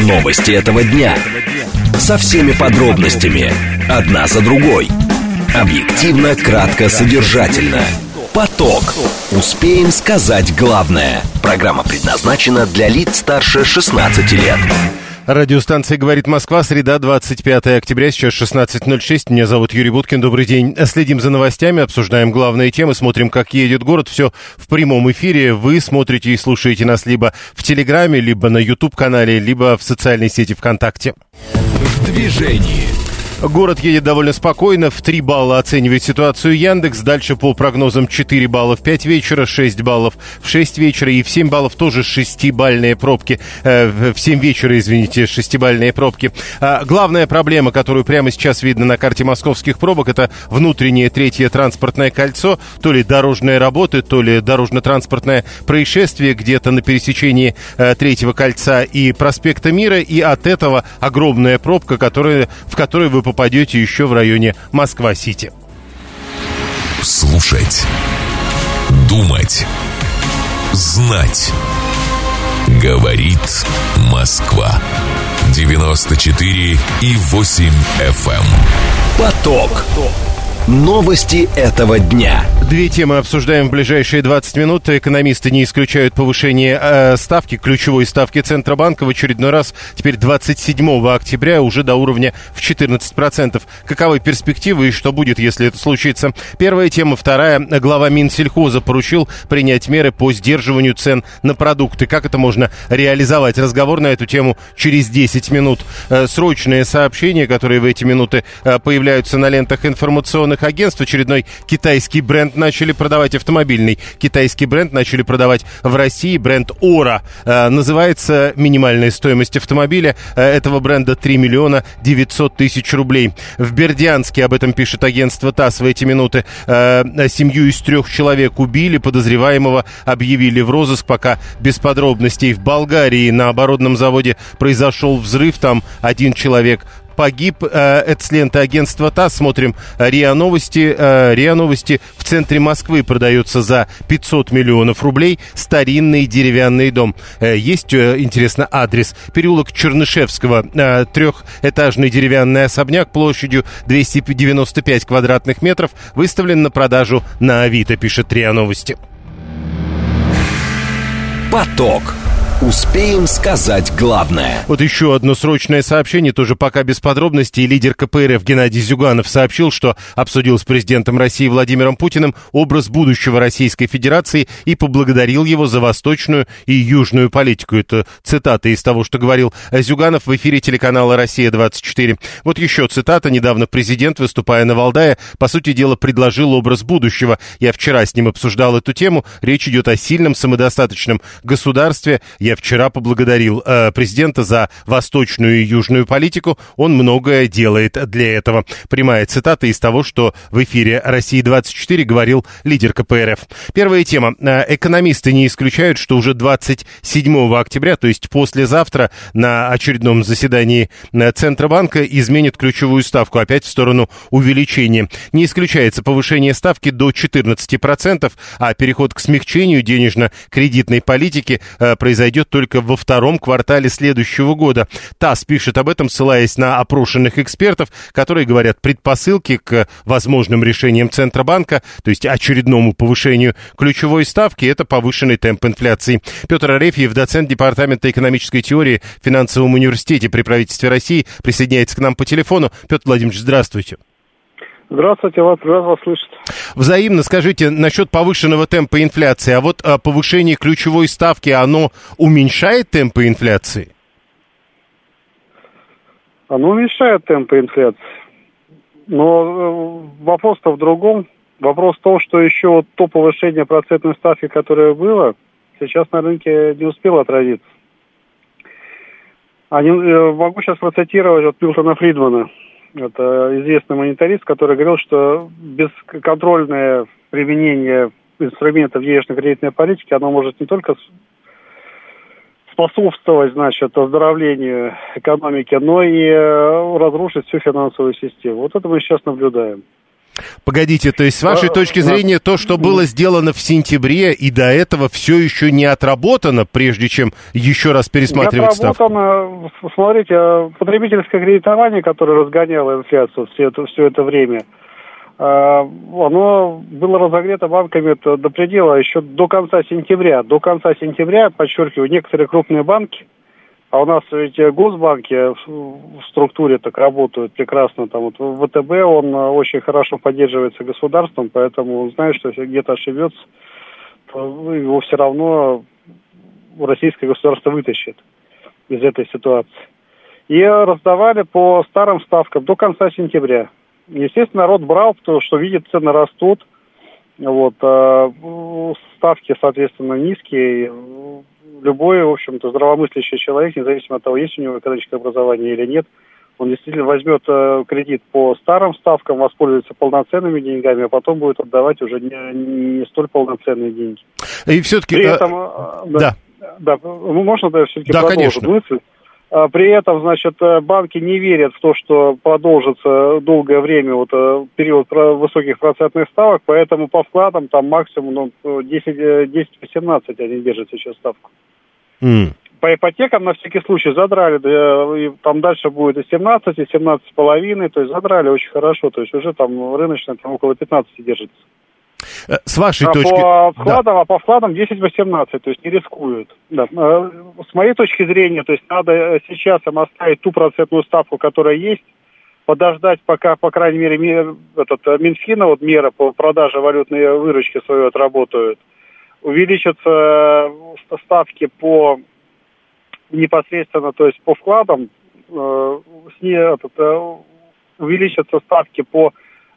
Новости этого дня. Со всеми подробностями. Одна за другой. Объективно, кратко, содержательно. Поток. Успеем сказать главное. Программа предназначена для лиц старше 16 лет. Радиостанция «Говорит Москва», среда, 25 октября, сейчас 16:06. Меня зовут Юрий Буткин, добрый день. Следим за новостями, обсуждаем главные темы, смотрим, как едет город. Все в прямом эфире. Вы смотрите и слушаете нас либо в Телеграме, либо на YouTube-канале, либо в социальной сети ВКонтакте. В движении. Город едет довольно спокойно. В 3 балла оценивает ситуацию Яндекс. Дальше по прогнозам 4 балла в 5 вечера, 6 баллов в 6 вечера и в 7 баллов тоже 6-бальные пробки. В 7 вечера, извините, 6-бальные пробки. Главная проблема, которую прямо сейчас видно на карте московских пробок, это внутреннее третье транспортное кольцо. То ли дорожные работы, то ли дорожно-транспортное происшествие где-то на пересечении третьего кольца и проспекта Мира. И от этого огромная пробка, в которой вы попадете еще в районе Москва-Сити. Слушать. Думать. Знать. Говорит Москва. 94,8 FM. Поток. Новости этого дня. 2 темы обсуждаем в ближайшие 20 минут. Экономисты не исключают повышение ставки, ключевой ставки Центробанка в очередной раз, теперь 27 октября, уже до уровня в 14%. Каковы перспективы и что будет, если это случится? Первая тема. Вторая. Глава Минсельхоза поручил принять меры по сдерживанию цен на продукты. Как это можно реализовать? Разговор на эту тему через 10 минут. Срочные сообщения, которые в эти минуты появляются на лентах информационных агентств. Очередной китайский бренд начали продавать, автомобильный китайский бренд начали продавать в России, бренд Ора. Называется минимальная стоимость автомобиля этого бренда 3 миллиона 900 тысяч рублей. В Бердянске, об этом пишет агентство ТАСС в эти минуты, семью из 3 человек убили, подозреваемого объявили в розыск, пока без подробностей. В Болгарии на оборудном заводе произошел взрыв, там 1 человек погиб. Это с ленты агентства ТАСС. Смотрим РИА Новости. РИА Новости. В центре Москвы продается за 500 миллионов рублей старинный деревянный дом. Есть, интересно, адрес. Переулок Чернышевского. 3-этажный деревянный особняк площадью 295 квадратных метров выставлен на продажу на Авито, пишет РИА Новости. Поток. Успеем сказать главное. Вот еще одно срочное сообщение, тоже пока без подробностей. Лидер КПРФ Геннадий Зюганов сообщил, что обсудил с президентом России Владимиром Путиным образ будущего Российской Федерации и поблагодарил его за восточную и южную политику. Это цитата из того, что говорил Зюганов в эфире телеканала «Россия-24». Вот еще цитата. Недавно президент, выступая на Валдае, по сути дела, предложил образ будущего. Я вчера с ним обсуждал эту тему. Речь идет о сильном, самодостаточном государстве. Я вчера поблагодарил президента за восточную и южную политику. Он многое делает для этого. Прямая цитата из того, что в эфире «России-24» говорил лидер КПРФ. Первая тема. Экономисты не исключают, что уже 27 октября, то есть послезавтра, на очередном заседании Центробанка изменят ключевую ставку опять в сторону увеличения. Не исключается повышение ставки до 14%, а переход к смягчению денежно-кредитной политики произойдет только во 2-м квартале следующего года. ТАСС пишет об этом, ссылаясь на опрошенных экспертов, которые говорят, предпосылки к возможным решениям Центробанка, то есть очередному повышению ключевой ставки, это повышенный темп инфляции. Петр Арефьев, доцент Департамента экономической теории в Финансовом университете при правительстве России, присоединяется к нам по телефону. Петр Владимирович, здравствуйте. Здравствуйте, рад вас слышать. Взаимно. Скажите, насчет повышенного темпа инфляции, а вот повышение ключевой ставки, оно уменьшает темпы инфляции? Оно уменьшает темпы инфляции. Но вопрос-то в другом. Вопрос в том, что еще вот то повышение процентной ставки, которое было, сейчас на рынке не успело отразиться. Могу сейчас процитировать вот Милтона Фридмана. Это известный монетарист, который говорил, что бесконтрольное применение инструментов денежно-кредитной политики, оно может не только способствовать, оздоровлению экономики, но и разрушить всю финансовую систему. Вот это мы сейчас наблюдаем. Погодите, то есть с вашей точки зрения то, что было сделано в сентябре и до этого, все еще не отработано, прежде чем еще раз пересматривать ставку? Отработано, смотрите, потребительское кредитование, которое разгоняло инфляцию все это время, оно было разогрето банками до предела еще до конца сентября. До конца сентября, подчеркиваю, некоторые крупные банки, а у нас ведь госбанки в структуре так работают прекрасно. Там вот ВТБ, он очень хорошо поддерживается государством, поэтому знает, что если где-то ошибется, то его все равно российское государство вытащит из этой ситуации. И раздавали по старым ставкам до конца сентября. Естественно, народ брал, потому что видит, цены растут. Вот, ставки, соответственно, низкие. Любой, в общем-то, здравомыслящий человек, независимо от того, есть у него экономическое образование или нет, он действительно возьмет кредит по старым ставкам, воспользуется полноценными деньгами, а потом будет отдавать уже не столь полноценные деньги. И все-таки... При этом, да, можно все-таки продолжить мысль? При этом, значит, банки не верят в то, что продолжится долгое время период высоких процентных ставок, поэтому по вкладам там максимум 10-18 они держат сейчас ставку. По ипотекам на всякий случай задрали, и там дальше будет и 17, и 17,5, то есть задрали очень хорошо, то есть уже там рыночная там около 15 держится. С вашей точки... По вкладам 10-18, то есть не рискуют. Да. С моей точки зрения, то есть надо сейчас им оставить ту процентную ставку, которая есть, подождать, пока, по крайней мере, Минфина, мера по продаже валютной выручки свою отработают, увеличатся ставки по непосредственно, то есть по вкладам, увеличатся ставки по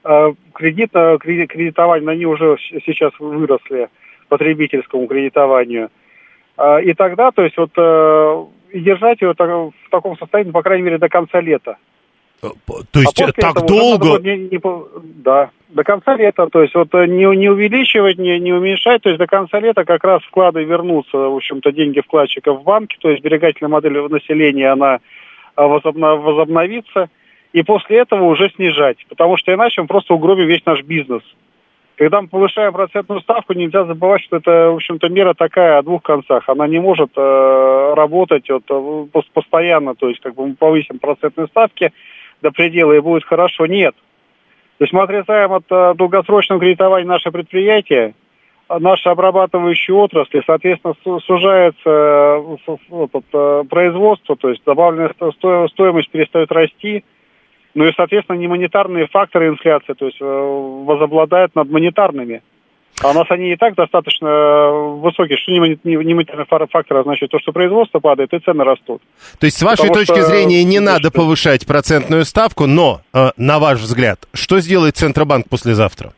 кредитованию, они уже сейчас выросли потребительскому кредитованию. И тогда, то есть и держать ее в таком состоянии, по крайней мере, до конца лета. То есть так долго? Да, до конца лета, то есть не увеличивать, не уменьшать, то есть до конца лета как раз вклады вернутся, в общем-то, деньги вкладчиков в банки, то есть сберегательная модель населения, она возобновится, и после этого уже снижать, потому что иначе мы просто угробим весь наш бизнес. Когда мы повышаем процентную ставку, нельзя забывать, что это, в общем-то, мера такая о двух концах. Она не может работать постоянно, то есть мы повысим процентные ставки до предела и будет хорошо. Нет. То есть мы отрезаем от долгосрочного кредитования наше предприятие, наши обрабатывающие отрасли, соответственно, сужается производство, то есть добавленная стоимость перестает расти. Ну и, соответственно, немонетарные факторы инфляции, то есть возобладают над монетарными. А у нас они и так достаточно высокие, что немонетарные факторы, значит, то, что производство падает и цены растут. То есть, с вашей точки зрения, не надо повышать процентную ставку, но, на ваш взгляд, что сделает Центробанк послезавтра?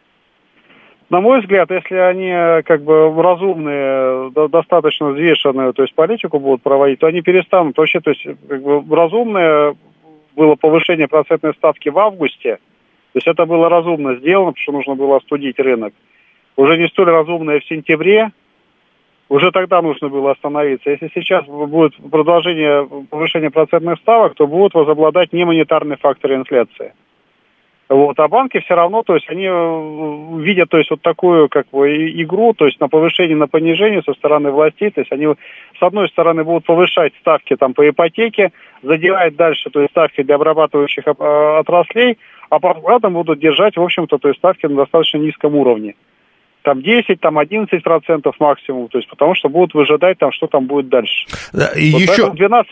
На мой взгляд, если они разумные, достаточно взвешенную, то есть политику будут проводить, то они перестанут вообще, то есть разумные... Было повышение процентной ставки в августе, то есть это было разумно сделано, потому что нужно было остудить рынок. Уже не столь разумное в сентябре, уже тогда нужно было остановиться. Если сейчас будет продолжение повышения процентных ставок, то будут возобладать немонетарные факторы инфляции. А банки все равно, то есть они видят, то есть такую игру, то есть на повышение, на понижение со стороны властей, то есть они с одной стороны будут повышать ставки по ипотеке, задевать дальше, то есть ставки для обрабатывающих отраслей, а по вкладам будут держать, в общем-то, то есть ставки на достаточно низком уровне. 10, 11% максимум, то есть потому что будут выжидать, что там будет дальше. Да, и еще... 12%,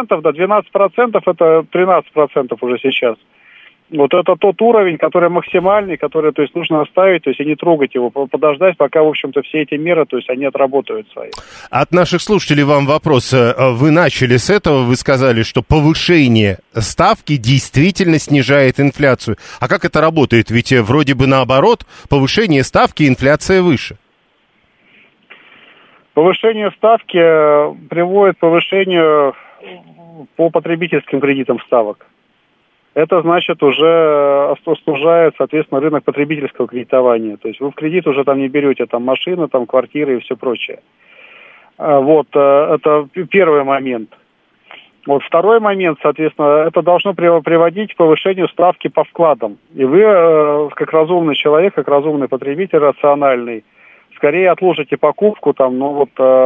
это 13% уже сейчас. Это тот уровень, который максимальный, который, то есть, нужно оставить, то есть, и не трогать его, подождать, пока, в общем-то, все эти меры, то есть, они отработают свои. От наших слушателей вам вопрос. Вы начали с этого, вы сказали, что повышение ставки действительно снижает инфляцию. А как это работает? Ведь вроде бы наоборот, повышение ставки, инфляция выше. Повышение ставки приводит к повышению по потребительским кредитам ставок. Это значит уже остужает, соответственно, рынок потребительского кредитования. То есть вы в кредит уже не берете машины, квартиры и все прочее. Это первый момент. Вот второй момент, соответственно, это должно приводить к повышению ставки по вкладам. И вы, как разумный человек, как разумный потребитель, рациональный, скорее отложите покупку там, на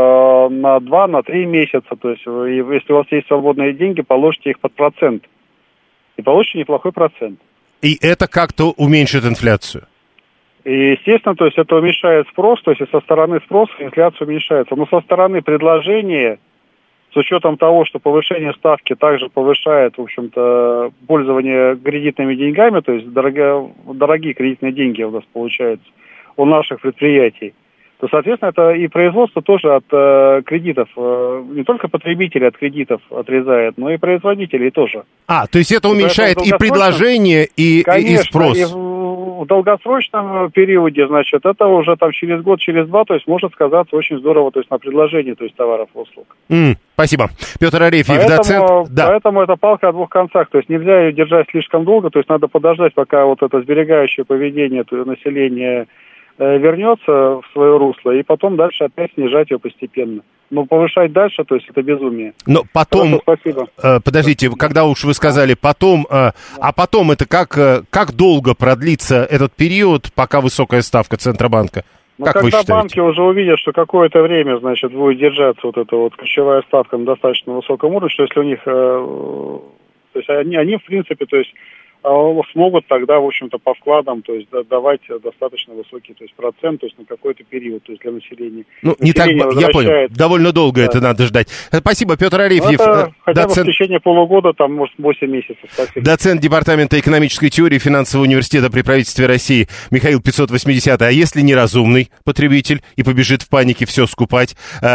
2-3 месяца. То есть, если у вас есть свободные деньги, положите их под процент. И получите неплохой процент. И это как-то уменьшит инфляцию? И, естественно, то есть это уменьшает спрос, то есть и со стороны спроса инфляция уменьшается. Но со стороны предложения, с учетом того, что повышение ставки также повышает, в общем-то, пользование кредитными деньгами, то есть дорогие кредитные деньги у нас получаются у наших предприятий, то, соответственно, это и производство тоже от кредитов, не только потребители от кредитов отрезает, но и производители тоже. То есть это уменьшает и предложение, и спрос. И в долгосрочном периоде, значит, это уже там через год, через два, то есть может сказаться очень здорово, то есть на предложении, то есть товаров и услуг. Спасибо. Петр Арефьев, доцент. Поэтому это палка о двух концах, то есть нельзя ее держать слишком долго, то есть надо подождать, пока вот это сберегающее поведение населения вернется в свое русло, и потом дальше опять снижать ее постепенно. Но повышать дальше, то есть это безумие. Но потом, спасибо. Подождите, когда уж вы сказали потом, а потом это как долго продлится этот период, пока высокая ставка Центробанка? Как вы считаете? Когда банки уже увидят, что какое-то время, значит, будет держаться вот эта вот ключевая ставка на достаточно высоком уровне, что если у них, то есть они в принципе, то есть смогут тогда, в общем-то, по вкладам, то есть давать достаточно высокий, то есть процент, то есть на какой-то период, то есть для населения. Не так, я понял, довольно долго это надо ждать. Спасибо, Петр Арефьев. Хотя бы в течение полугода, там, может, 8 месяцев. Спасибо. Доцент Департамента экономической теории Финансового университета при правительстве России Михаил 580. А если неразумный потребитель и побежит в панике все скупать?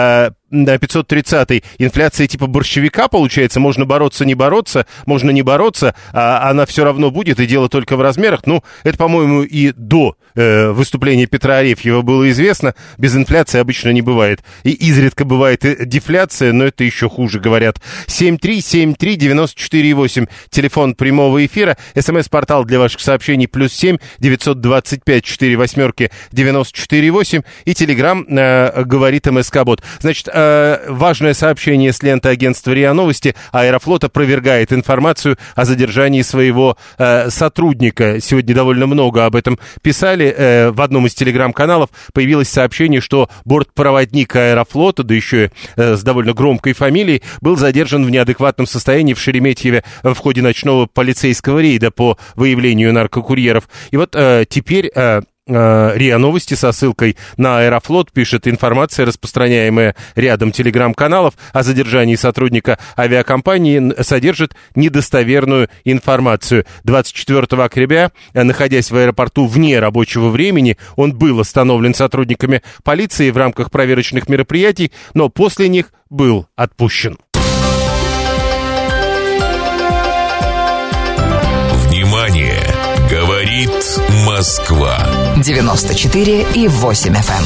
530-й. Инфляция типа борщевика, получается, можно бороться, не бороться, можно не бороться, а она все равно будет, и дело только в размерах. Это, по-моему, и до выступления Петра Арефьева было известно. Без инфляции обычно не бывает. И изредка бывает дефляция, но это еще хуже, говорят. 7373948. Телефон прямого эфира. СМС-портал для ваших сообщений +7 925 48 94 и Телеграм говорит МСК-бот. Значит, важное сообщение с ленты агентства РИА Новости. Аэрофлот опровергает информацию о задержании своего сотрудника. Сегодня довольно много об этом писали. В одном из телеграм-каналов появилось сообщение, что бортпроводник Аэрофлота, да еще и с довольно громкой фамилией, был задержан в неадекватном состоянии в Шереметьеве в ходе ночного полицейского рейда по выявлению наркокурьеров. И вот теперь РИА Новости со ссылкой на Аэрофлот пишет: информация, распространяемая рядом телеграм-каналов о задержании сотрудника авиакомпании, содержит недостоверную информацию. 24 октября, находясь в аэропорту вне рабочего времени, он был остановлен сотрудниками полиции в рамках проверочных мероприятий, но после них был отпущен. Внимание! Говорит Москва. 94,8 FM.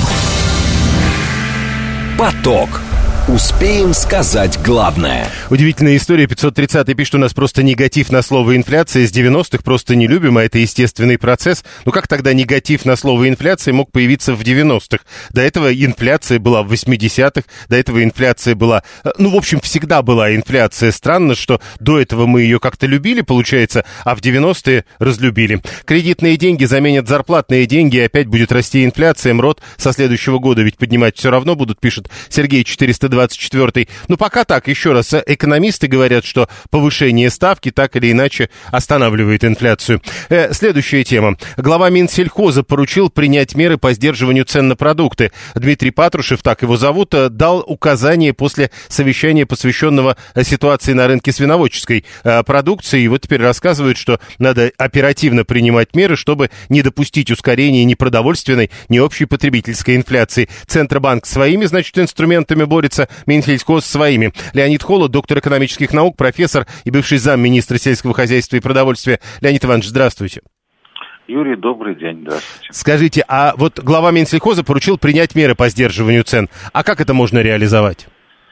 Поток. Успеем сказать главное. Удивительная история. 530-й пишет: у нас просто негатив на слово инфляция. С 90-х просто не любим, а это естественный процесс. Как тогда негатив на слово инфляция мог появиться в 90-х? До этого инфляция была в 80-х, до этого инфляция была... в общем, всегда была инфляция. Странно, что до этого мы ее как-то любили, получается, а в 90-е разлюбили. Кредитные деньги заменят зарплатные деньги, и опять будет расти инфляция. МРОТ со следующего года ведь поднимать все равно будут, пишет Сергей 424. Пока так, еще раз, экономисты говорят, что повышение ставки так или иначе останавливает инфляцию. Следующая тема. Глава Минсельхоза поручил принять меры по сдерживанию цен на продукты. Дмитрий Патрушев, так его зовут, дал указание после совещания, посвященного ситуации на рынке свиноводческой продукции. И вот теперь рассказывают, что надо оперативно принимать меры, чтобы не допустить ускорения ни продовольственной, ни общей потребительской инфляции. Центробанк своими, инструментами борется, Минсельхоз своими. Леонид Холод, доктор экономических наук, профессор и бывший замминистра сельского хозяйства и продовольствия. Леонид Иванович, здравствуйте. Юрий, добрый день, здравствуйте. Скажите, а вот глава Минсельхоза поручил принять меры по сдерживанию цен. А как это можно реализовать?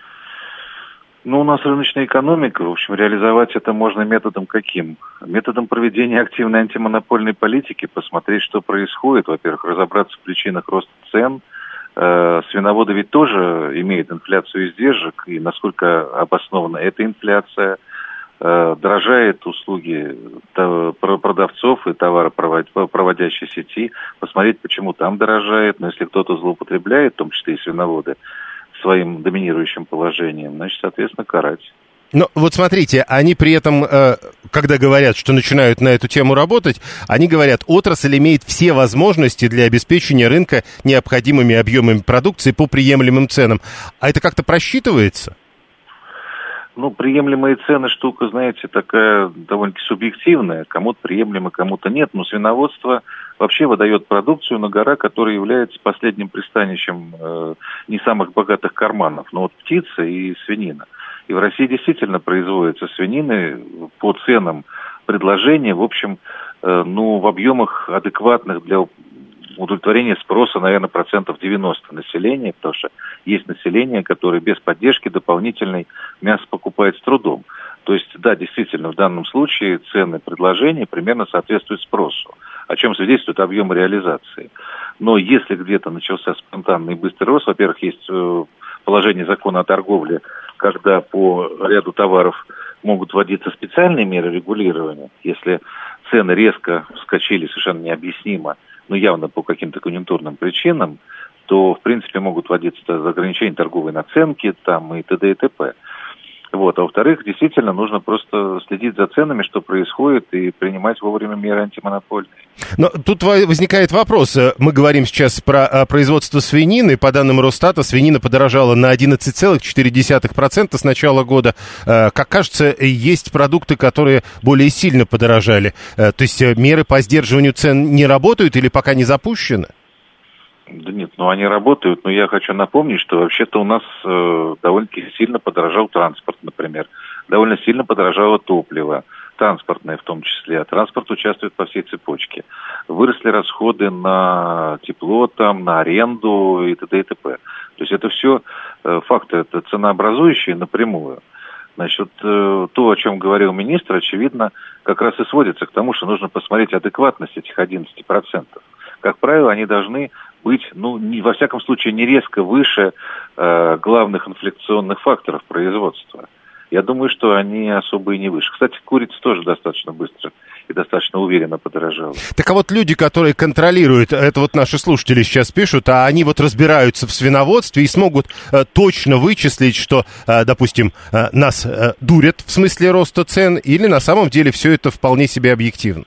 У нас рыночная экономика, в общем, реализовать это можно методом каким? Методом проведения активной антимонопольной политики, посмотреть, что происходит, во-первых, разобраться в причинах роста цен, Свиноводы ведь тоже имеют инфляцию издержек, и насколько обоснована эта инфляция. Дорожают услуги продавцов и товаропроводящей сети. Посмотреть, почему там дорожает. Но если кто-то злоупотребляет, в том числе и свиноводы, своим доминирующим положением, значит, соответственно, карать. Но вот смотрите, они при этом, когда говорят, что начинают на эту тему работать, они говорят, отрасль имеет все возможности для обеспечения рынка необходимыми объемами продукции по приемлемым ценам. А это как-то просчитывается? Ну, приемлемые цены штука, знаете, такая довольно-таки субъективная. Кому-то приемлемо, кому-то нет. Но свиноводство вообще выдает продукцию на гора, которая является последним пристанищем не самых богатых карманов. Но вот птица и свинина. И в России действительно производятся свинины по ценам предложения, в общем, в объемах адекватных для удовлетворения спроса, наверное, 90% населения, потому что есть население, которое без поддержки дополнительной мясо покупает с трудом. То есть, да, действительно, в данном случае цены предложения примерно соответствуют спросу, о чем свидетельствует объем реализации. Но если где-то начался спонтанный и быстрый рост, во-первых, есть положение закона о торговле, когда по ряду товаров могут вводиться специальные меры регулирования, если цены резко вскочили совершенно необъяснимо, но явно по каким-то конъюнктурным причинам, то, в принципе, могут вводиться ограничения торговой наценки там, и т.д. и т.п. Вот. А во-вторых, действительно, нужно просто следить за ценами, что происходит, и принимать вовремя меры антимонопольные. Но тут возникает вопрос. Мы говорим сейчас про производство свинины. По данным Росстата, свинина подорожала на 11,4% с начала года. Как кажется, есть продукты, которые более сильно подорожали. То есть меры по сдерживанию цен не работают или пока не запущены? Да нет, они работают, но я хочу напомнить, что вообще-то у нас довольно-таки сильно подорожал транспорт, например. Довольно сильно подорожало топливо, транспортное в том числе. А транспорт участвует по всей цепочке. Выросли расходы на тепло, на аренду и т.д. и т.п. То есть это все факты, это ценообразующие напрямую. Значит, то, о чем говорил министр, очевидно, как раз и сводится к тому, что нужно посмотреть адекватность этих 11%. Как правило, они должны быть, во всяком случае, не резко выше главных инфляционных факторов производства. Я думаю, что они особо и не выше. Кстати, курица тоже достаточно быстро и достаточно уверенно подорожала. Так а вот люди, которые контролируют, это вот наши слушатели сейчас пишут, а они вот разбираются в свиноводстве и смогут точно вычислить, что, допустим, нас дурят в смысле роста цен, или на самом деле все это вполне себе объективно?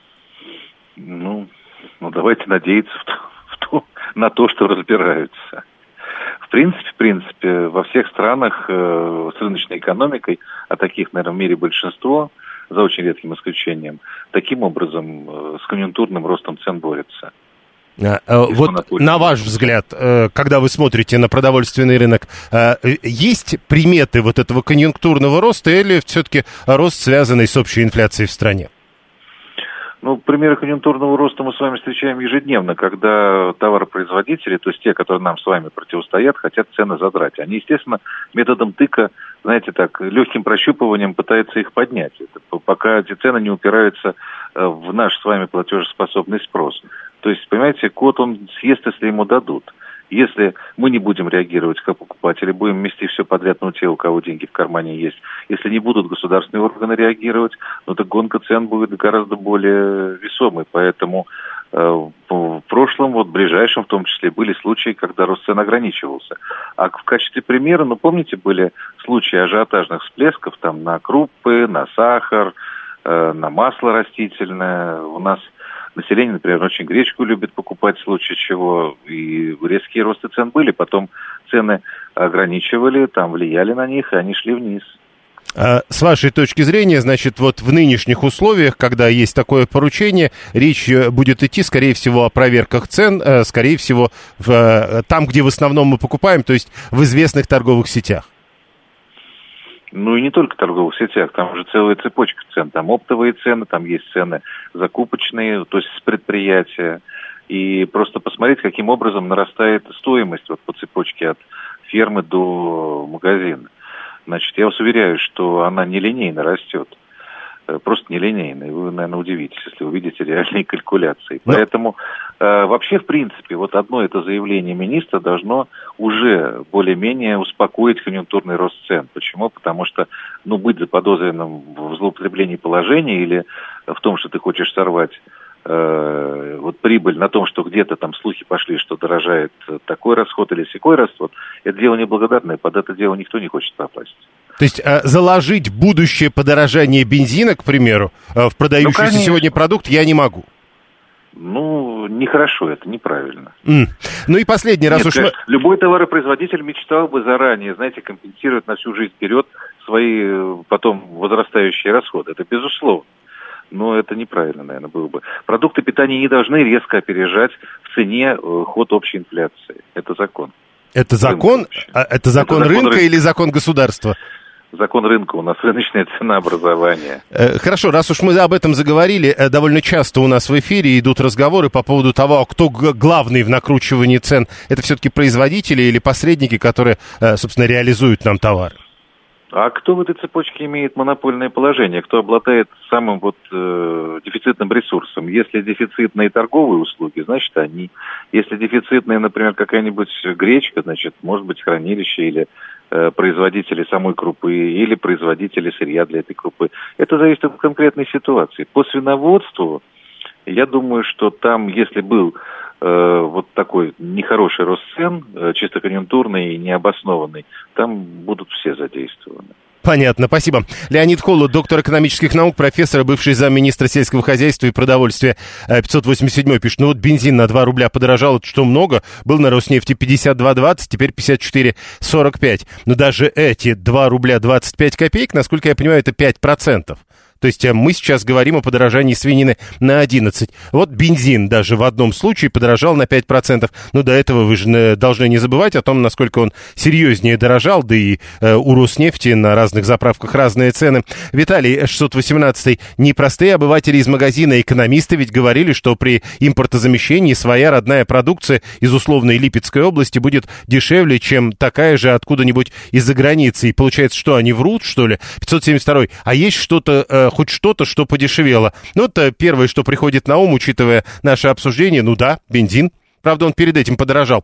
Давайте надеяться на то, что разбираются. В принципе, во всех странах с рыночной экономикой, а таких, наверное, в мире большинство, за очень редким исключением, таким образом с конъюнктурным ростом цен борются. Вот на ваш взгляд, когда вы смотрите на продовольственный рынок, есть приметы вот этого конъюнктурного роста или все-таки рост, связанный с общей инфляцией в стране? Примеры конъюнктурного роста мы с вами встречаем ежедневно, когда товаропроизводители, то есть те, которые нам с вами противостоят, хотят цены задрать. Они, естественно, методом тыка, легким прощупыванием пытаются их поднять. Это пока эти цены не упираются в наш с вами платежеспособный спрос. То есть, понимаете, кот он съест, если ему дадут. Если мы не будем реагировать как покупатели, будем мести все подряд на те, у кого деньги в кармане есть. Если не будут государственные органы реагировать, то гонка цен будет гораздо более весомой. Поэтому в прошлом, ближайшем в том числе, были случаи, когда рост цен ограничивался. А в качестве примера, помните, были случаи ажиотажных всплесков на крупы, на сахар, на масло растительное. У нас население, например, очень гречку любит покупать, в случае чего, и резкие росты цен были. Потом цены ограничивали, влияли на них, и они шли вниз. С вашей точки зрения, значит, вот в нынешних условиях, когда есть такое поручение, речь будет идти, скорее всего, о проверках цен, скорее всего, там, где в основном мы покупаем, то есть в известных торговых сетях. И не только в торговых сетях, там уже целая цепочка цен. Там оптовые цены, там есть цены закупочные, то есть с предприятия. И просто посмотреть, каким образом нарастает стоимость по цепочке от фермы до магазина. Значит, я вас уверяю, что она нелинейно растет. просто нелинейный. Вы, наверное, удивитесь, если увидите реальные калькуляции. Поэтому вообще, в принципе, вот одно это заявление министра должно уже более-менее успокоить конъюнктурный рост цен. Почему? Потому что, быть заподозренным в злоупотреблении положения или в том, что ты хочешь сорвать прибыль на том, что где-то там слухи пошли, что дорожает такой расход или сякой расход, это дело неблагодарное, под это дело никто не хочет попасть. То есть заложить будущее подорожание бензина, к примеру, в продающийся сегодня продукт я не могу? Нехорошо, это неправильно. И последний раз уж... Любой товаропроизводитель мечтал бы заранее, компенсировать на всю жизнь вперед свои потом возрастающие расходы. Это безусловно. Но это неправильно, наверное, было бы. Продукты питания не должны резко опережать в цене ход общей инфляции. Это закон. Это закон? Это закон рынка или закон государства? Закон рынка, у нас рыночная ценообразование. Хорошо, раз уж мы об этом заговорили, довольно часто у нас в эфире идут разговоры по поводу того, кто главный в накручивании цен. Это все-таки производители или посредники, которые, собственно, реализуют нам товары? А кто в этой цепочке имеет монопольное положение? Кто обладает самым дефицитным ресурсом? Если дефицитные торговые услуги, значит они. Если дефицитная, например, какая-нибудь гречка, значит, может быть, хранилище или производители самой крупы, или производители сырья для этой крупы. Это зависит от конкретной ситуации. По свиноводству, я думаю, что там, если был такой нехороший рост цен, чисто конъюнктурный и необоснованный, там будут все задействованы. Понятно, спасибо. Леонид Холод, доктор экономических наук, профессор, бывший замминистра сельского хозяйства и продовольствия. 587 пишет, бензин на 2 рубля подорожал, это что, много? Был на Роснефти 52.20, теперь 54.45. Но даже эти 2 рубля 25 копеек, насколько я понимаю, это 5%. То есть мы сейчас говорим о подорожании свинины на 11%. Вот бензин даже в одном случае подорожал на 5%. Но до этого вы же должны не забывать о том, насколько он серьезнее дорожал. Да и у Роснефти на разных заправках разные цены. Виталий, 618-й. Непростые обыватели из магазина, экономисты ведь говорили, что при импортозамещении своя родная продукция из условной Липецкой области будет дешевле, чем такая же откуда-нибудь из-за границы. И получается, что они врут, что ли? 572-й. А есть что-то... хоть что-то, что подешевело. Это первое, что приходит на ум, учитывая наше обсуждение. Да, бензин. Правда, он перед этим подорожал.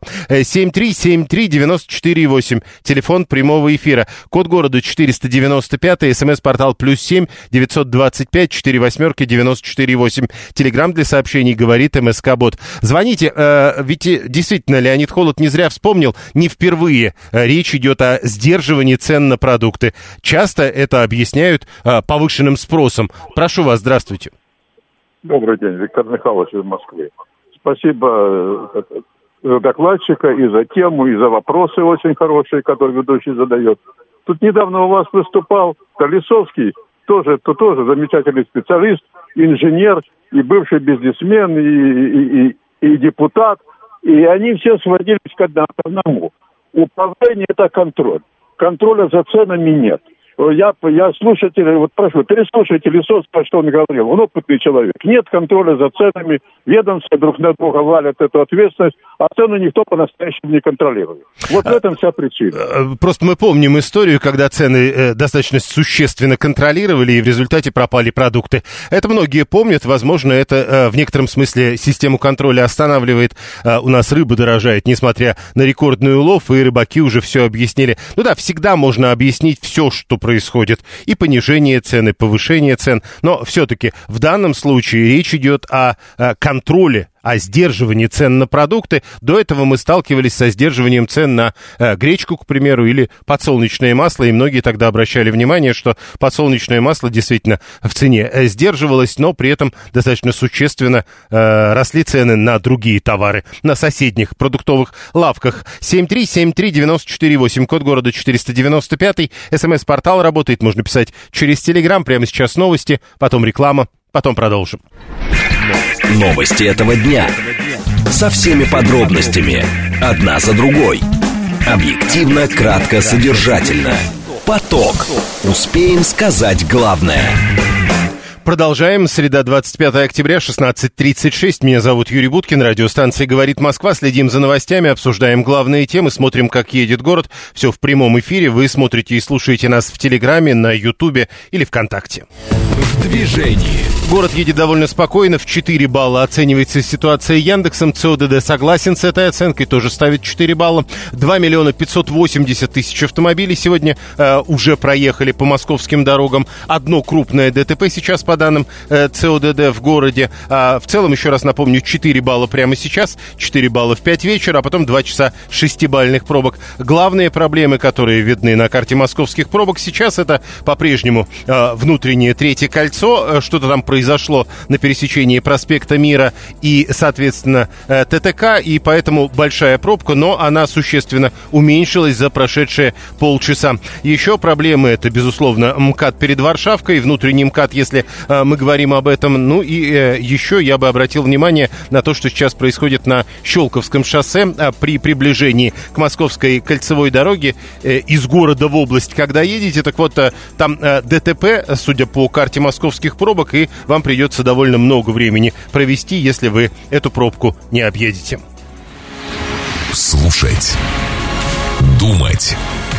7373948. Телефон прямого эфира. Код города 495. СМС-портал +7 925 48 94 8. Телеграм для сообщений говорит МСК-бот. Звоните. Ведь действительно, Леонид Холод не зря вспомнил. Не впервые речь идет о сдерживании цен на продукты. Часто это объясняют повышенным спросом. Прошу вас, здравствуйте. Добрый день. Виктор Михайлович из Москвы. Спасибо докладчика и за тему, и за вопросы очень хорошие, которые ведущий задает. Тут недавно у вас выступал Колесовский, тоже замечательный специалист, инженер, и бывший бизнесмен, и депутат. И они все сводились к одному. Управление – это контроль. Контроля за ценами нет. Я слушатель, прошу, переслушайте Лисовского, что он говорил. Он опытный человек. Нет контроля за ценами, ведомства друг на друга валят эту ответственность, а цены никто по-настоящему не контролирует. Вот в этом вся причина. Просто мы помним историю, когда цены достаточно существенно контролировали, и в результате пропали продукты. Это многие помнят. Возможно, это в некотором смысле систему контроля останавливает. У нас рыба дорожает, несмотря на рекордный улов, и рыбаки уже все объяснили. Всегда можно объяснить все, что происходит. И понижение цен, и повышение цен. Но все-таки в данном случае речь идет о контроле, о сдерживании цен на продукты. До этого мы сталкивались со сдерживанием цен на гречку, к примеру, или подсолнечное масло, и многие тогда обращали внимание, что подсолнечное масло действительно в цене сдерживалось, но при этом достаточно существенно росли цены на другие товары, на соседних продуктовых лавках. 7373948, код города 495, СМС-портал работает, можно писать через Телеграм, прямо сейчас новости, потом реклама, потом продолжим. Новости этого дня. Со всеми подробностями. Одна за другой. Объективно, кратко, содержательно. Поток. Успеем сказать главное. Продолжаем. Среда, 25 октября, 16:36. Меня зовут Юрий Буткин. Радиостанция «Говорит Москва». Следим за новостями, обсуждаем главные темы, смотрим, как едет город. Все в прямом эфире. Вы смотрите и слушаете нас в Телеграме, на Ютубе или ВКонтакте. В движении. Город едет довольно спокойно. В 4 балла оценивается ситуация Яндексом. ЦОДД согласен с этой оценкой, тоже ставит 4 балла. 2 миллиона 580 тысяч автомобилей сегодня уже проехали по московским дорогам. Одно крупное ДТП сейчас по данным ЦОДД в городе. В целом, еще раз напомню, 4 балла прямо сейчас, 4 балла в 5 вечера, а потом 2 часа 6-бальных пробок. Главные проблемы, которые видны на карте московских пробок сейчас, это по-прежнему внутреннее Третье кольцо. Что-то там произошло на пересечении проспекта Мира и, соответственно, ТТК, и поэтому большая пробка, но она существенно уменьшилась за прошедшие полчаса. Еще проблемы — это, безусловно, МКАД перед Варшавкой, внутренний МКАД, если мы говорим об этом. Ну и еще я бы обратил внимание на то, что сейчас происходит на Щелковском шоссе при приближении к Московской кольцевой дороге из города в область. Когда едете, так вот, там ДТП, судя по карте московских пробок, и вам придется довольно много времени провести, если вы эту пробку не объедете. Слушать, думать,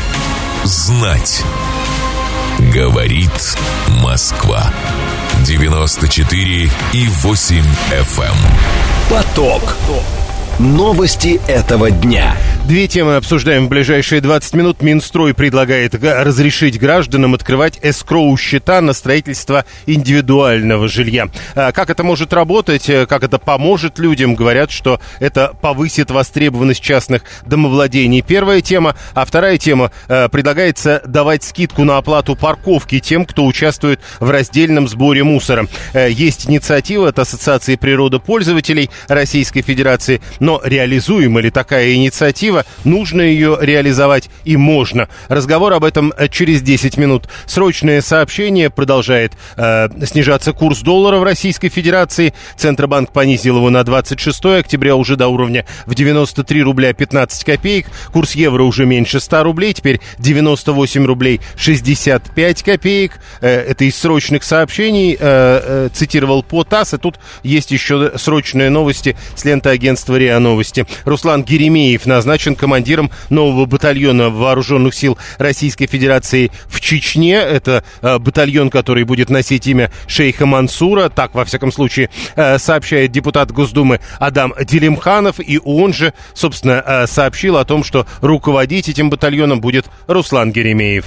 знать. Говорит Москва. 94,8 FM. Поток. Новости этого дня. Две темы обсуждаем в ближайшие 20 минут. Минстрой предлагает разрешить гражданам открывать эскроу-счета на строительство индивидуального жилья. Как это может работать, как это поможет людям, говорят, что это повысит востребованность частных домовладений. Первая тема. А вторая тема. Предлагается давать скидку на оплату парковки тем, кто участвует в раздельном сборе мусора. Есть инициатива от Ассоциации природопользователей Российской Федерации, но реализуема ли такая инициатива? Нужно ее реализовать и можно. Разговор об этом через 10 минут. Срочное сообщение. Продолжает снижаться курс доллара в Российской Федерации. Центробанк понизил его на 26 октября уже до уровня в 93 рубля 15 копеек. Курс евро уже меньше 100 рублей. Теперь 98 рублей 65 копеек. Это из срочных сообщений. Цитировал по ТАСС. И тут есть еще срочные новости с ленты агентства РИА Новости. Руслан Геремеев назначен командиром нового батальона Вооруженных сил Российской Федерации в Чечне. Это батальон, который будет носить имя шейха Мансура. Так, во всяком случае, сообщает депутат Госдумы Адам Делимханов. И он же, собственно, сообщил о том, что руководить этим батальоном будет Руслан Геремеев.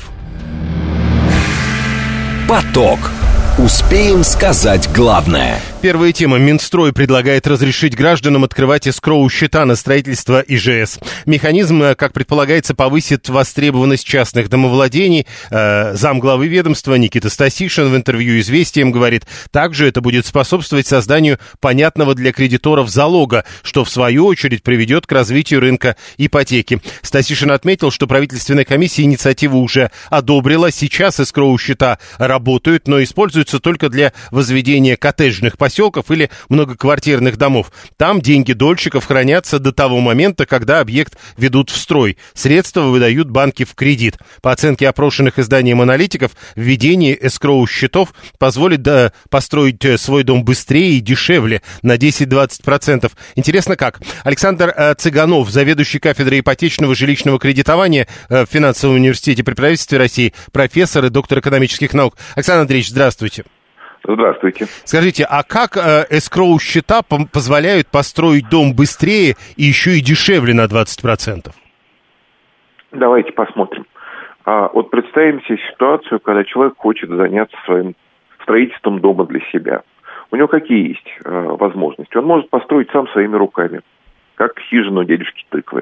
Поток. Успеем сказать главное. Первая тема. Минстрой предлагает разрешить гражданам открывать эскроу-счета на строительство ИЖС. Механизм, как предполагается, повысит востребованность частных домовладений. Замглавы ведомства Никита Стасишин в интервью «Известиям» говорит, также это будет способствовать созданию понятного для кредиторов залога, что в свою очередь приведет к развитию рынка ипотеки. Стасишин отметил, что правительственная комиссия инициативу уже одобрила. Сейчас эскроу-счета работают, но используются только для возведения коттеджных поселков или многоквартирных домов. Там деньги дольщиков хранятся до того момента, когда объект ведут в строй. Средства выдают банки в кредит. По оценке опрошенных изданием аналитиков, введение эскроу-счетов позволит построить свой дом быстрее и дешевле на 10-20%. Интересно как? Александр Цыганов, заведующий кафедрой ипотечного жилищного кредитования в Финансовом университете при правительстве России, профессор и доктор экономических наук. Александр Андреевич, здравствуйте. Здравствуйте. Скажите, а как эскроу-счета позволяют построить дом быстрее и еще и дешевле на 20%? Давайте посмотрим. Вот представим себе ситуацию, когда человек хочет заняться своим строительством дома для себя. У него какие есть возможности? Он может построить сам своими руками, как хижину дедушки тыквы.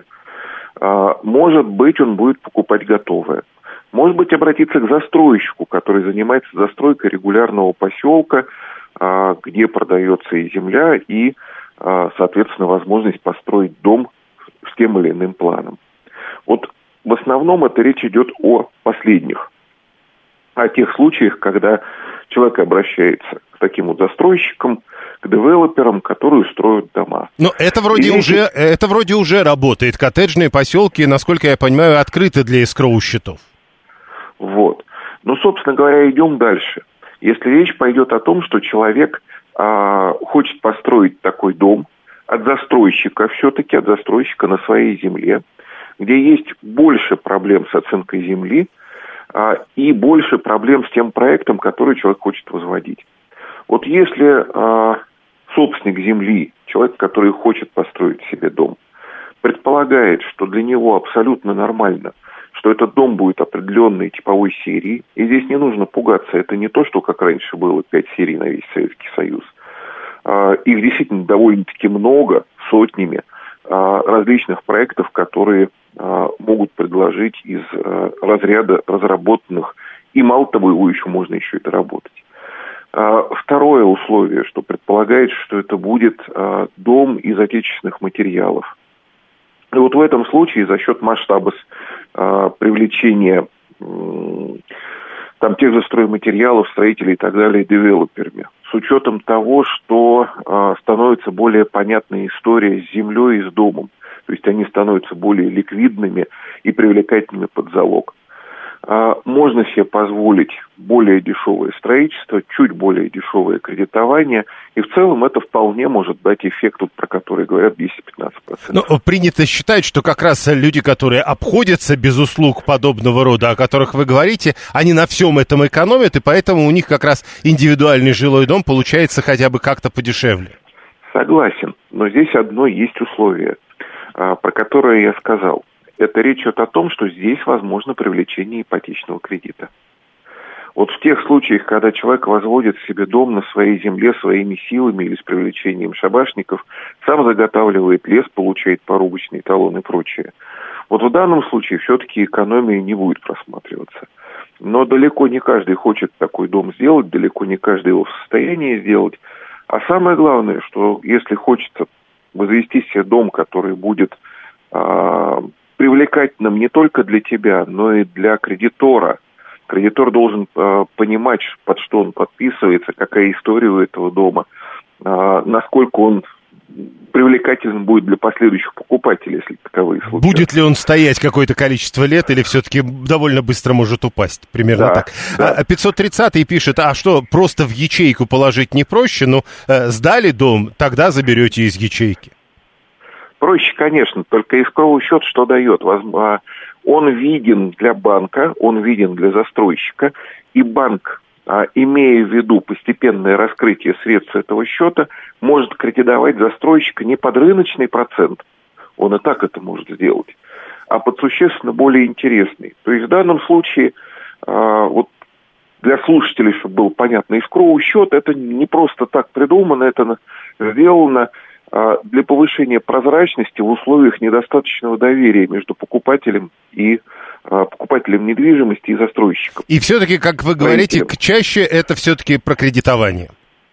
Может быть, он будет покупать готовое. Может быть, обратиться к застройщику, который занимается застройкой регулярного поселка, где продается и земля, и, соответственно, возможность построить дом с тем или иным планом. Вот в основном это речь идет о последних, о тех случаях, когда человек обращается к таким вот застройщикам, к девелоперам, которые строят дома. Но это вроде уже работает. Коттеджные поселки, насколько я понимаю, открыты для эскроу-счетов. Вот. Ну, собственно говоря, идем дальше. Если речь пойдет о том, что человек хочет построить такой дом от застройщика, все-таки от застройщика на своей земле, где есть больше проблем с оценкой земли и больше проблем с тем проектом, который человек хочет возводить. Вот если собственник земли, человек, который хочет построить себе дом, предполагает, что для него абсолютно нормально, что этот дом будет определенной типовой серии, и здесь не нужно пугаться, это не то, что как раньше было 5 серий на весь Советский Союз. Их действительно довольно-таки много, сотнями различных проектов, которые могут предложить из разряда разработанных, и мало того, его еще можно еще и доработать. Второе условие, что предполагает, что это будет дом из отечественных материалов. И вот в этом случае за счет масштаба привлечения тех же стройматериалов, строителей и так далее, девелоперами, с учетом того, что становится более понятная история с землей и с домом, то есть они становятся более ликвидными и привлекательными под залог. Можно себе позволить более дешевое строительство, чуть более дешевое кредитование, и в целом это вполне может дать эффект, про который говорят 10-15%. Но принято считать, что как раз люди, которые обходятся без услуг подобного рода, о которых вы говорите, они на всем этом экономят, и поэтому у них как раз индивидуальный жилой дом получается хотя бы как-то подешевле. Согласен, но здесь одно есть условие, про которое я сказал. Это речь идет о том, что здесь возможно привлечение ипотечного кредита. Вот в тех случаях, когда человек возводит себе дом на своей земле своими силами или с привлечением шабашников, сам заготавливает лес, получает порубочный талон и прочее. Вот в данном случае все-таки экономия не будет просматриваться. Но далеко не каждый хочет такой дом сделать, далеко не каждый его в состоянии сделать. А самое главное, что если хочется возвести себе дом, который будет привлекательным не только для тебя, но и для кредитора. Кредитор должен понимать, под что он подписывается, какая история у этого дома, насколько он привлекателен будет для последующих покупателей, если таковые случаи. Будет ли он стоять какое-то количество лет или все-таки довольно быстро может упасть? Примерно так. Да. 530-й пишет, а что, просто в ячейку положить не проще? Ну, сдали дом, тогда заберете из ячейки. Проще, конечно, только эскроу счет что дает? Он виден для банка, он виден для застройщика, и банк, имея в виду постепенное раскрытие средств этого счета, может кредитовать застройщика не под рыночный процент, он и так это может сделать, а под существенно более интересный. То есть в данном случае, вот для слушателей, чтобы было понятно, эскроу счет, это не просто так придумано, это сделано для повышения прозрачности в условиях недостаточного доверия между покупателем и покупателем недвижимости и застройщиком. И все-таки, как вы говорите, чаще это все-таки про кредитование.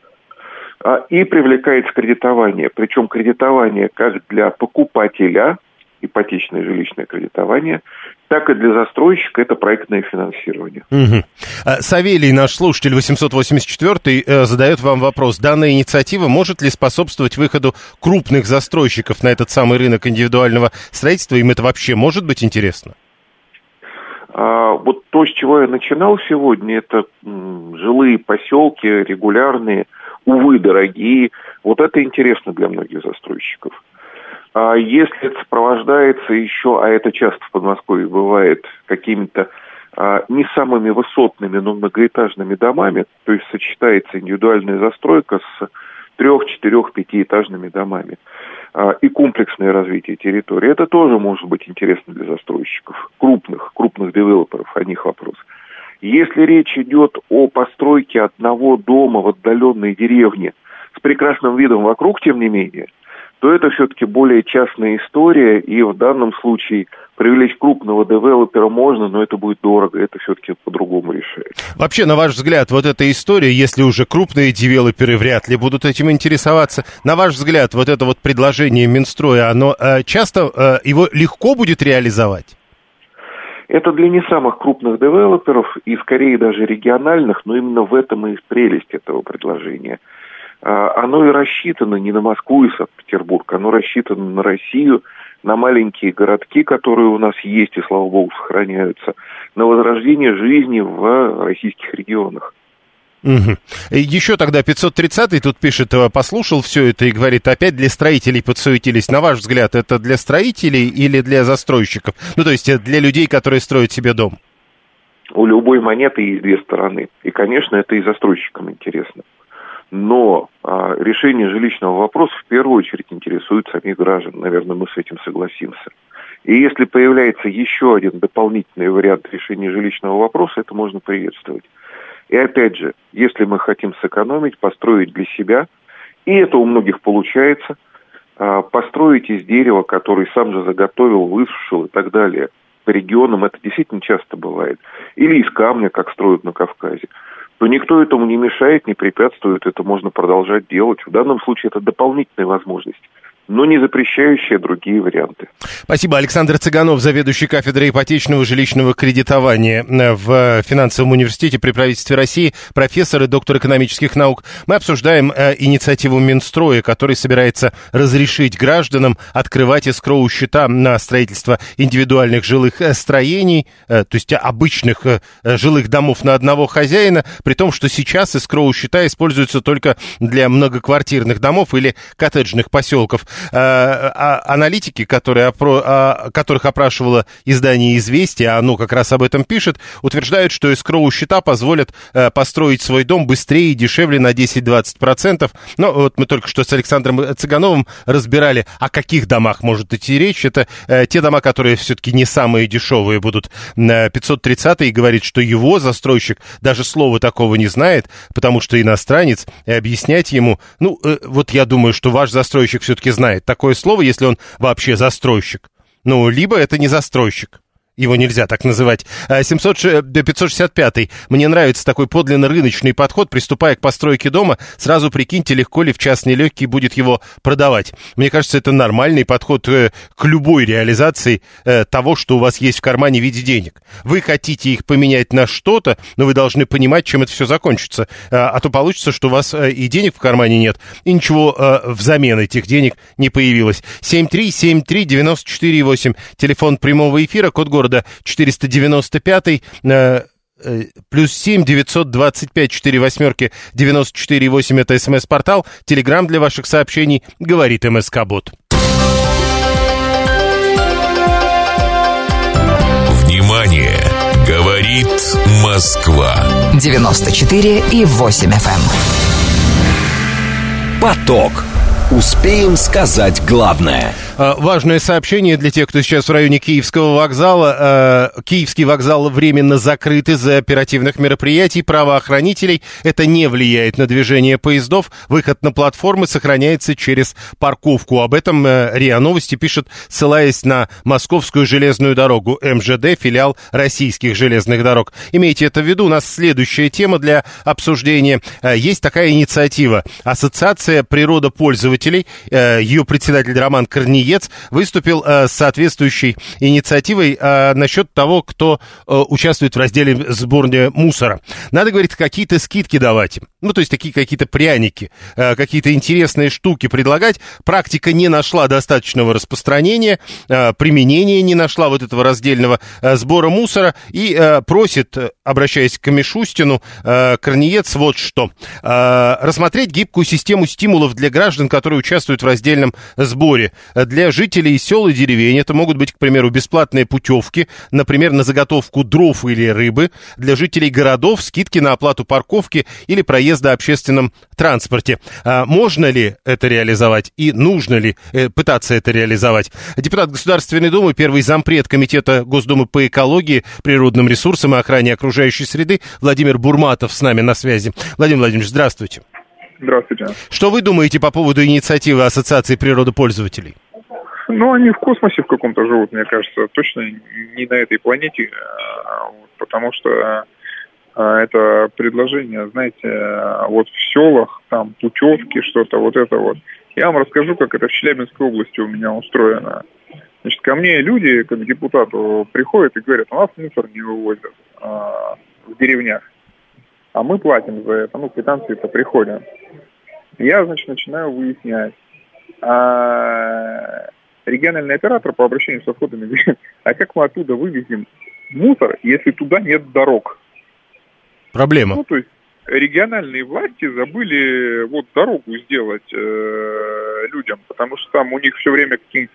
И привлекается кредитование. Причем кредитование как для покупателя, ипотечное жилищное кредитование, так и для застройщика это проектное финансирование. Угу. Савелий, наш слушатель 884-й, задает вам вопрос. Данная инициатива может ли способствовать выходу крупных застройщиков на этот самый рынок индивидуального строительства? Им это вообще может быть интересно? Вот то, с чего я начинал сегодня, это жилые поселки регулярные, увы, дорогие. Вот это интересно для многих застройщиков. А если это сопровождается еще, а это часто в Подмосковье бывает, какими-то не самыми высотными, но многоэтажными домами, то есть сочетается индивидуальная застройка с 3, 4, 5-этажными домами и комплексное развитие территории, это тоже может быть интересно для застройщиков, крупных девелоперов, о них вопрос. Если речь идет о постройке одного дома в отдаленной деревне с прекрасным видом вокруг, тем не менее, то это все-таки более частная история, и в данном случае привлечь крупного девелопера можно, но это будет дорого, это все-таки по-другому решается. Вообще, на ваш взгляд, вот эта история, если уже крупные девелоперы вряд ли будут этим интересоваться, на ваш взгляд, вот это вот предложение Минстроя, оно часто, его легко будет реализовать? Это для не самых крупных девелоперов и скорее даже региональных, но именно в этом и прелесть этого предложения. Оно и рассчитано не на Москву и Санкт-Петербург, оно рассчитано на Россию, на маленькие городки, которые у нас есть и, слава богу, сохраняются, на возрождение жизни в российских регионах. Угу. Еще тогда 530-й тут пишет, послушал все это и говорит, опять для строителей подсуетились. На ваш взгляд, это для строителей или для застройщиков? Ну, то есть для людей, которые строят себе дом? У любой монеты есть две стороны. И, конечно, это и застройщикам интересно. Но решение жилищного вопроса в первую очередь интересует самих граждан. Наверное, мы с этим согласимся. И если появляется еще один дополнительный вариант решения жилищного вопроса, это можно приветствовать. И опять же, если мы хотим сэкономить, построить для себя, и это у многих получается, построить из дерева, который сам же заготовил, высушил и так далее. По регионам это действительно часто бывает. Или из камня, как строят на Кавказе. То никто этому не мешает, не препятствует, это можно продолжать делать. В данном случае это дополнительная возможность, но не запрещающие другие варианты. Спасибо. Александр Цыганов, заведующий кафедрой ипотечного жилищного кредитования в финансовом университете при правительстве России, профессор и доктор экономических наук. Мы обсуждаем инициативу Минстроя, который собирается разрешить гражданам открывать эскроу-счета на строительство индивидуальных жилых строений, то есть обычных жилых домов на одного хозяина, при том, что сейчас эскроу-счета используются только для многоквартирных домов или коттеджных поселков. Аналитики, которых опрашивало издание «Известия», оно как раз об этом пишет, утверждают, что эскроу-счета позволят построить свой дом быстрее и дешевле на 10-20%. Но вот мы только что с Александром Цыгановым разбирали, о каких домах может идти речь. Это те дома, которые все-таки не самые дешевые будут. 530-й говорит, что его застройщик даже слова такого не знает, потому что иностранец, и объяснять ему, вот я думаю, что ваш застройщик все-таки знает такое слово, если он вообще застройщик. Либо это не застройщик. Его нельзя так называть. 565-й. Мне нравится такой подлинно рыночный подход. Приступая к постройке дома, сразу прикиньте, легко ли в час нелегкий будет его продавать. Мне кажется, это нормальный подход к любой реализации того, что у вас есть в кармане в виде денег. Вы хотите их поменять на что-то, но вы должны понимать, чем это все закончится. А то получится, что у вас и денег в кармане нет, и ничего взамен этих денег не появилось. 7373948. Телефон прямого эфира, код города 495, плюс 7 925 48 94 8 это СМС-портал, Телеграм для ваших сообщений, говорит МСК-бот. Внимание! Говорит Москва. 94,8 FM. Поток. Успеем сказать главное. Важное сообщение для тех, кто сейчас в районе Киевского вокзала. Киевский вокзал временно закрыт из-за оперативных мероприятий правоохранителей. Это не влияет на движение поездов. Выход на платформы сохраняется через парковку. Об этом РИА Новости пишет, ссылаясь на Московскую железную дорогу, МЖД, филиал Российских железных дорог. Имейте это в виду. У нас следующая тема для обсуждения. Есть такая инициатива. Ассоциация природопользователей. Ее председатель Роман Корниец выступил с соответствующей инициативой насчет того, кто участвует в разделе сбора мусора. Надо, говорит, какие-то скидки давать им. То есть такие какие-то пряники, какие-то интересные штуки предлагать. Практика не нашла достаточного распространения, применения не нашла вот этого раздельного сбора мусора и просит, обращаясь к Мишустину, Корниец вот что. Рассмотреть гибкую систему стимулов для граждан, которые участвуют в раздельном сборе. Для жителей сел и деревень это могут быть, к примеру, бесплатные путевки, например, на заготовку дров или рыбы. Для жителей городов скидки на оплату парковки или проезда в общественном транспорте. Можно ли это реализовать и нужно ли пытаться это реализовать? Депутат Государственной Думы, первый зампред Комитета Госдумы по экологии, природным ресурсам и охране окружающей среды Владимир Бурматов с нами на связи. Владимир Владимирович, здравствуйте. Здравствуйте. Что вы думаете по поводу инициативы Ассоциации природопользователей? Они в космосе в каком-то живут, мне кажется, точно не на этой планете, потому что это предложение, знаете, вот в селах, там путевки, что-то вот это вот. Я вам расскажу, как это в Челябинской области у меня устроено. Значит, ко мне люди, как депутату, приходят и говорят, у нас мусор не вывозят в деревнях. А мы платим за это, квитанции-то приходят. Я, начинаю выяснять. Региональный оператор по обращению с отходами говорит, а как мы оттуда вывезем мусор, если туда нет дорог? Проблема. То есть, региональные власти забыли вот дорогу сделать людям, потому что там у них все время какие-нибудь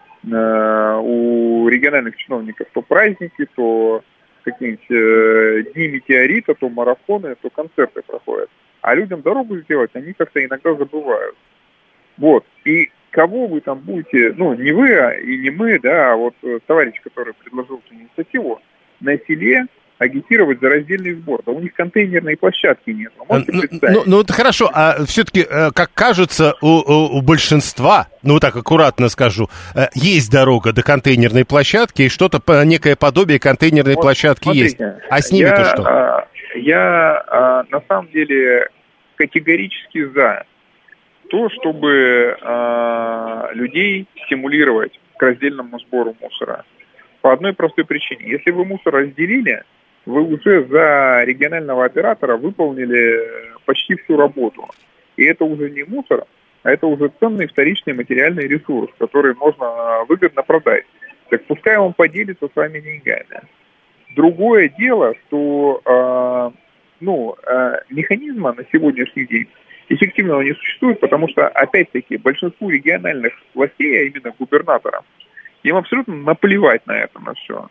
у региональных чиновников то праздники, то какие-нибудь дни метеорита, то марафоны, то концерты проходят. А людям дорогу сделать они как-то иногда забывают. Вот. И кого вы там будете, ну, не вы и не мы, да, а вот товарищ, который предложил эту инициативу, на селе агитировать за раздельный сбор. Да у них контейнерной площадки нет. Ну, это хорошо, а все-таки, как кажется, у большинства, ну, так аккуратно скажу, есть дорога до контейнерной площадки, и что-то, некое подобие контейнерной площадки есть. А с ними-то что? Я на самом деле категорически за то, чтобы людей стимулировать к раздельному сбору мусора. По одной простой причине. Если вы мусор разделили, вы уже за регионального оператора выполнили почти всю работу. И это уже не мусор, а это уже ценный вторичный материальный ресурс, который можно выгодно продать. Так пускай он поделится с вами деньгами. Другое дело, что механизма на сегодняшний день эффективного не существует, потому что, опять-таки, большинству региональных властей, а именно губернаторов, им абсолютно наплевать на это, на все.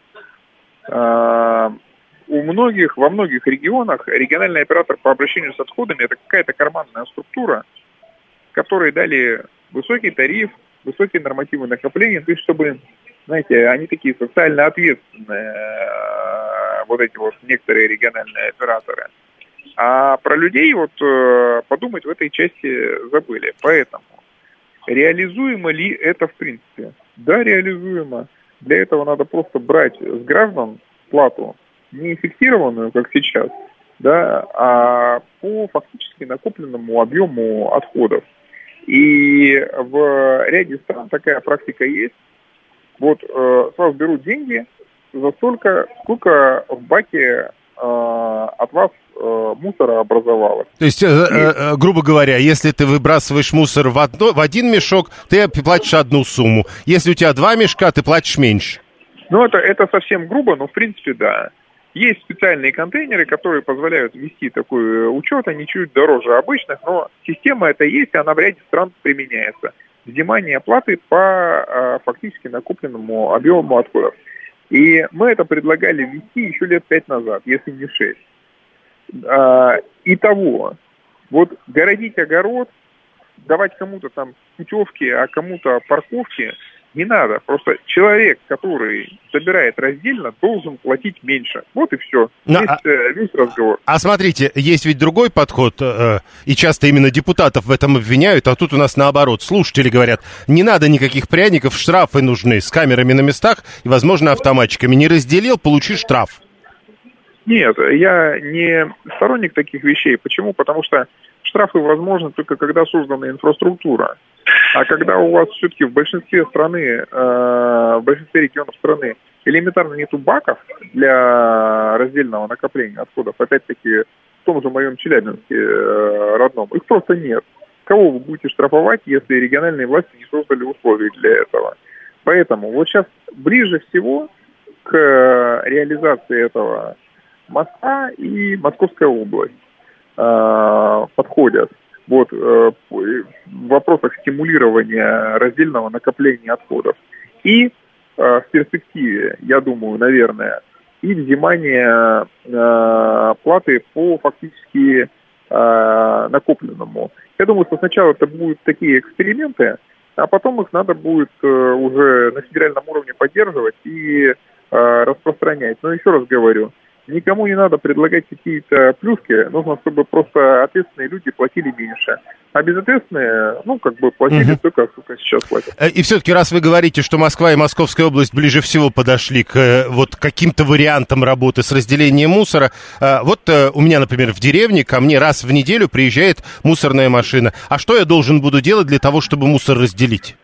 Во многих регионах региональный оператор по обращению с отходами – это какая-то карманная структура, которой дали высокий тариф, высокие нормативы накопления, то есть чтобы, знаете, они такие социально ответственные, вот эти вот некоторые региональные операторы. А про людей вот подумать в этой части забыли. Поэтому реализуемо ли это в принципе? Да, реализуемо. Для этого надо просто брать с граждан плату, не фиксированную, как сейчас, да, а по фактически накопленному объему отходов. И в ряде стран такая практика есть. Вот с вас берут деньги за столько, сколько в баке от вас мусора образовалось. То есть, грубо говоря, если ты выбрасываешь мусор в один мешок, ты платишь одну сумму. Если у тебя 2 мешка, ты платишь меньше. Ну, это совсем грубо, но в принципе, да. Есть специальные контейнеры, которые позволяют вести такой учет, они чуть дороже обычных, но система эта есть, она в ряде стран применяется. Взимание оплаты по фактически накопленному объему отходов. И мы это предлагали ввести еще лет 5 назад, если не 6. Итого, вот городить огород, давать кому-то там путевки, а кому-то парковки не надо. Просто человек, который собирает раздельно, должен платить меньше. Вот и все. Весь разговор. А смотрите, есть ведь другой подход, и часто именно депутатов в этом обвиняют, а тут у нас наоборот. Слушатели говорят, не надо никаких пряников, штрафы нужны с камерами на местах и, возможно, автоматчиками. Не разделил, получи штраф. Нет, я не сторонник таких вещей. Почему? Потому что штрафы возможны только когда создана инфраструктура. А когда у вас все-таки в большинстве страны, в большинстве регионов страны элементарно нету баков для раздельного накопления отходов, опять-таки в том же моем Челябинске родном, их просто нет. Кого вы будете штрафовать, если региональные власти не создали условий для этого? Поэтому вот сейчас ближе всего к реализации этого Москва и Московская область подходят. Вот в вопросах стимулирования раздельного накопления отходов. И в перспективе, я думаю, наверное, и взимание платы по фактически накопленному. Я думаю, что сначала это будут такие эксперименты, а потом их надо будет уже на федеральном уровне поддерживать и распространять. Но еще раз говорю, никому не надо предлагать какие-то плюшки, нужно, чтобы просто ответственные люди платили меньше. А безответственные, платили только, сколько сейчас платят. И все-таки, раз вы говорите, что Москва и Московская область ближе всего подошли к вот каким-то вариантам работы с разделением мусора, у меня, например, в деревне ко мне раз в неделю приезжает мусорная машина. А что я должен буду делать для того, чтобы мусор разделить?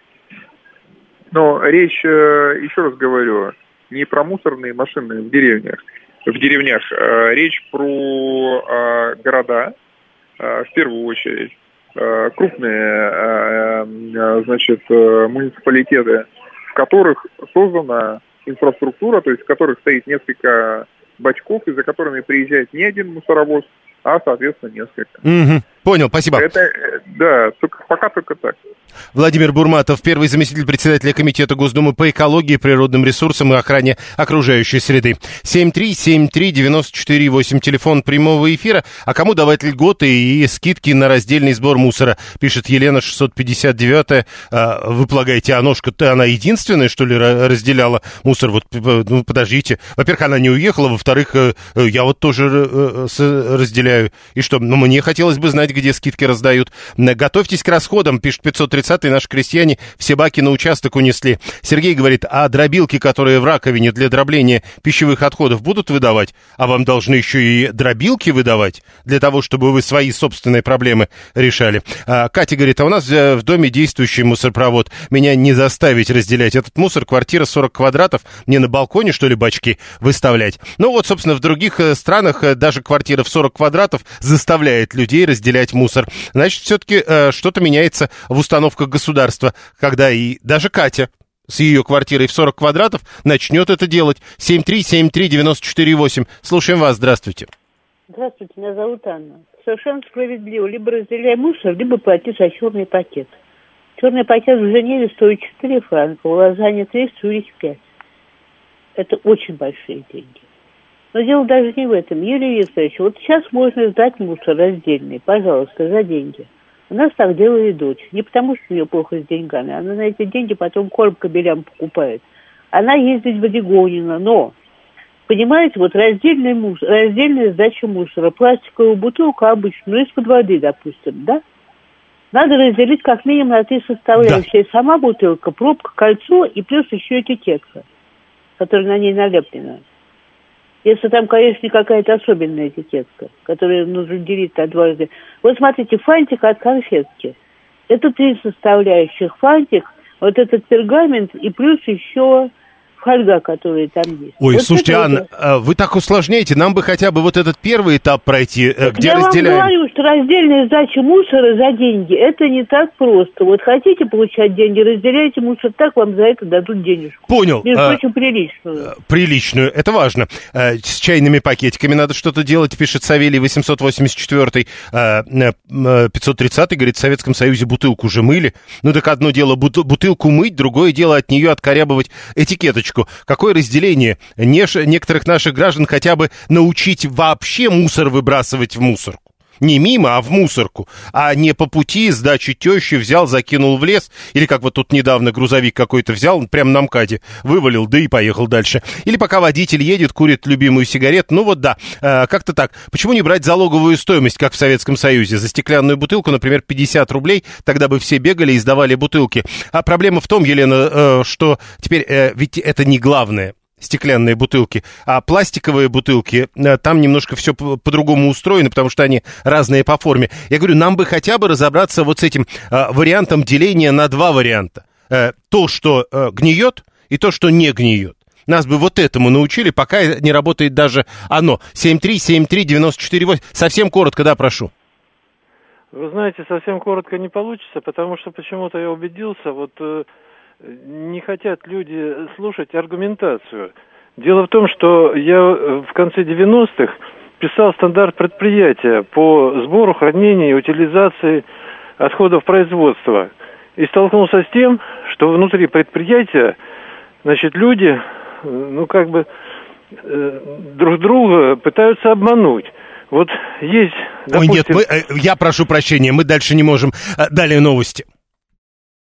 Но речь, еще раз говорю, не про мусорные машины в деревнях. Речь про города, в первую очередь, крупные, муниципалитеты, в которых создана инфраструктура, то есть в которых стоит несколько бачков, и за которыми приезжает не один мусоровоз, а, соответственно, несколько. Угу. Понял, спасибо. Да, пока только так. Владимир Бурматов, первый заместитель председателя Комитета Госдумы по экологии, природным ресурсам и охране окружающей среды. 7373948, телефон прямого эфира. А кому давать льготы и скидки на раздельный сбор мусора? Пишет Елена, 659-я. Вы полагаете, ножка-то она единственная, что ли, разделяла мусор? Вот, ну, подождите. Во-первых, она не уехала. Во-вторых, я вот тоже разделяю. И что? Ну, мне хотелось бы знать, где скидки раздают. Готовьтесь к расходам, пишет 530-й. Наши крестьяне все баки на участок унесли. Сергей говорит, а дробилки, которые в раковине для дробления пищевых отходов, будут выдавать? А вам должны еще и дробилки выдавать для того, чтобы вы свои собственные проблемы решали. Катя говорит, а у нас в доме действующий мусоропровод. Меня не заставить разделять этот мусор. Квартира 40 квадратов. Мне на балконе, что ли, бачки выставлять? Ну вот, собственно, в других странах даже квартира в 40 квадратов заставляет людей разделять мусор. Значит, все-таки что-то меняется в установках государства, когда и даже Катя с ее квартирой в 40 квадратов начнет это делать. 7373948. Слушаем вас. Здравствуйте. Здравствуйте, меня зовут Анна. Совершенно справедливо. Либо разделяй мусор, либо плати за черный пакет. Черный пакет в Женеве стоит 4 франка, в Лозанне 3, в Цюрихе 5. Это очень большие деньги. Но дело даже не в этом. Юрий Викторович, вот сейчас можно сдать мусор раздельный, пожалуйста, за деньги. У нас так делает дочь. Не потому, что у нее плохо с деньгами. Она на эти деньги потом корм кобелям покупает. Она ездит в Одегонина, но, понимаете, вот раздельный мусор, раздельная сдача мусора, пластиковую бутылку обычную, из-под воды, допустим, да? Надо разделить как минимум на 3 составляющие. Да. Сама бутылка, пробка, кольцо и плюс еще этикетка, которая на ней налеплена. Если там, конечно, какая-то особенная этикетка, которую нужно делить на дважды. Вот смотрите, фантик от конфетки. Это 3 составляющих. Фантик, вот этот пергамент и плюс еще фольга, которая там есть. Ой, вот слушайте, Анна, вы так усложняете. Нам бы хотя бы вот этот первый этап пройти, где я разделяем. Я вам говорю, что раздельная сдача мусора за деньги, это не так просто. Вот хотите получать деньги, разделяйте мусор так, вам за это дадут денежку. Понял. Между прочим, приличную. Приличную, это важно. С чайными пакетиками надо что-то делать, пишет Савелий, 884-й. 530-й говорит, в Советском Союзе бутылку уже мыли. Ну так одно дело бутылку мыть, другое дело от нее откорябывать этикеточку. Какое разделение? Некоторых наших граждан хотя бы научить вообще мусор выбрасывать в мусорку. Не мимо, а в мусорку. А не по пути с дачи тещи взял, закинул в лес. Или как вот тут недавно грузовик какой-то взял, прямо на МКАДе вывалил, да и поехал дальше. Или пока водитель едет, курит любимую сигарету. Ну вот да, как-то так. Почему не брать залоговую стоимость, как в Советском Союзе? За стеклянную бутылку, например, 50 рублей. Тогда бы все бегали и сдавали бутылки. А проблема в том, Елена, что теперь ведь это не главное. Стеклянные бутылки, а пластиковые бутылки, там немножко все по-другому устроено, потому что они разные по форме. Я говорю, нам бы хотя бы разобраться вот с этим вариантом деления на 2 варианта. То, что гниет, и то, что не гниет. Нас бы вот этому научили, пока не работает даже оно. 7373948. Совсем коротко, да, прошу. Вы знаете, совсем коротко не получится, потому что почему-то я убедился, вот... Не хотят люди слушать аргументацию. Дело в том, что я в конце 90-х писал стандарт предприятия по сбору, хранению и утилизации отходов производства. И столкнулся с тем, что внутри предприятия, значит, люди, ну, как бы, друг друга пытаются обмануть. Вот есть, допустим... Ой, нет, я прошу прощения, мы дальше не можем. Далее новости.